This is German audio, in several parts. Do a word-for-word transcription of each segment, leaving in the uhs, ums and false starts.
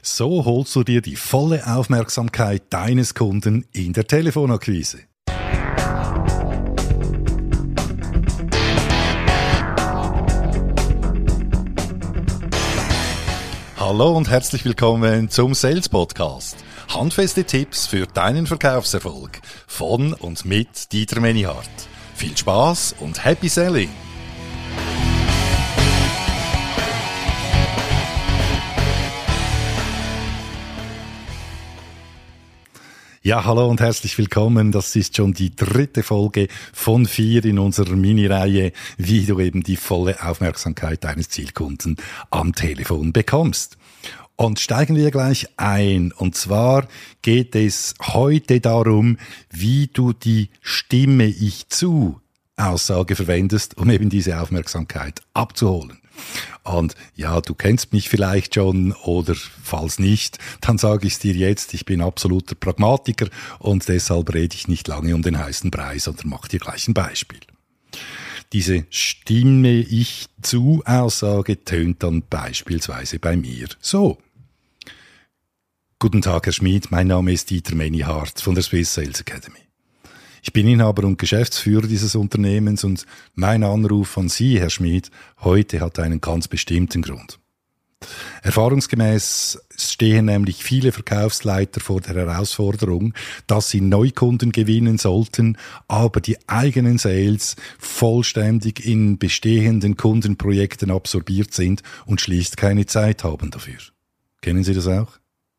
So holst du dir die volle Aufmerksamkeit deines Kunden in der Telefonakquise. Hallo und herzlich willkommen zum Sales Podcast. Handfeste Tipps für deinen Verkaufserfolg von und mit Dieter Menihardt. Viel Spaß und Happy Selling! Ja, hallo und herzlich willkommen. Das ist schon die dritte Folge von vier in unserer Mini-Reihe, wie du eben die volle Aufmerksamkeit deines Zielkunden am Telefon bekommst. Und steigen wir gleich ein. Und zwar geht es heute darum, wie du die Stimme Ich zu Aussage verwendest, um eben diese Aufmerksamkeit abzuholen. Und ja, du kennst mich vielleicht schon oder falls nicht, dann sage ich es dir jetzt, ich bin absoluter Pragmatiker und deshalb rede ich nicht lange um den heißen Brei, sondern mache dir gleich ein Beispiel. Diese Stimme Ich zu Aussage tönt dann beispielsweise bei mir so. Guten Tag, Herr Schmid, mein Name ist Dieter Menihardt von der Swiss Sales Academy. Ich bin Inhaber und Geschäftsführer dieses Unternehmens und mein Anruf an Sie, Herr Schmid, heute hat einen ganz bestimmten Grund. Erfahrungsgemäß stehen nämlich viele Verkaufsleiter vor der Herausforderung, dass sie Neukunden gewinnen sollten, aber die eigenen Sales vollständig in bestehenden Kundenprojekten absorbiert sind und schlicht keine Zeit haben dafür. Kennen Sie das auch?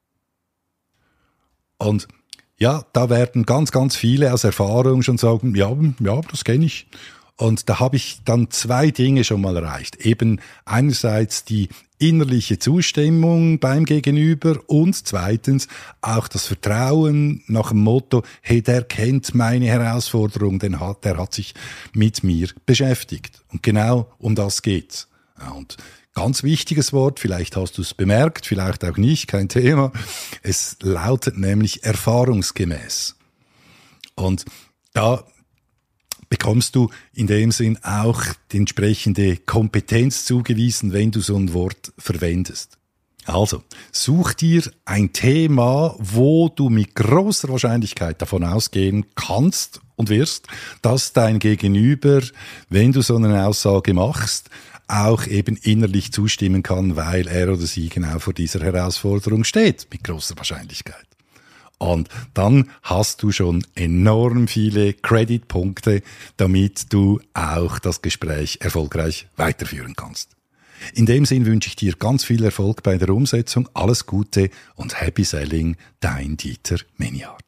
Und ja, da werden ganz, ganz viele aus Erfahrung schon sagen, ja, ja, das kenne ich. Und da habe ich dann zwei Dinge schon mal erreicht. Eben einerseits die innerliche Zustimmung beim Gegenüber und zweitens auch das Vertrauen nach dem Motto, hey, der kennt meine Herausforderung, den hat, der hat sich mit mir beschäftigt. Und genau um das geht's. Ja, und ganz wichtiges Wort, vielleicht hast du es bemerkt, vielleicht auch nicht, kein Thema. Es lautet nämlich erfahrungsgemäß. Und da bekommst du in dem Sinn auch die entsprechende Kompetenz zugewiesen, wenn du so ein Wort verwendest. Also, such dir ein Thema, wo du mit großer Wahrscheinlichkeit davon ausgehen kannst und wirst, dass dein Gegenüber, wenn du so eine Aussage machst, auch eben innerlich zustimmen kann, weil er oder sie genau vor dieser Herausforderung steht, mit großer Wahrscheinlichkeit. Und dann hast du schon enorm viele Creditpunkte, damit du auch das Gespräch erfolgreich weiterführen kannst. In dem Sinn wünsche ich dir ganz viel Erfolg bei der Umsetzung, alles Gute und Happy Selling, dein Dieter Menihardt.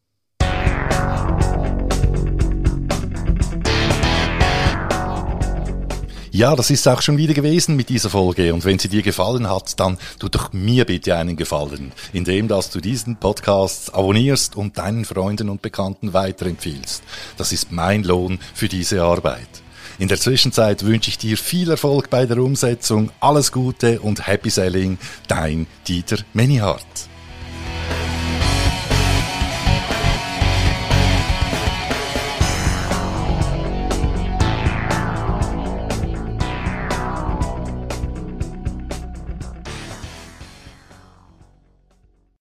Ja, das ist auch schon wieder gewesen mit dieser Folge und wenn sie dir gefallen hat, dann tu doch mir bitte einen Gefallen, indem dass du diesen Podcast abonnierst und deinen Freunden und Bekannten weiterempfiehlst. Das ist mein Lohn für diese Arbeit. In der Zwischenzeit wünsche ich dir viel Erfolg bei der Umsetzung, alles Gute und Happy Selling, dein Dieter Menihardt.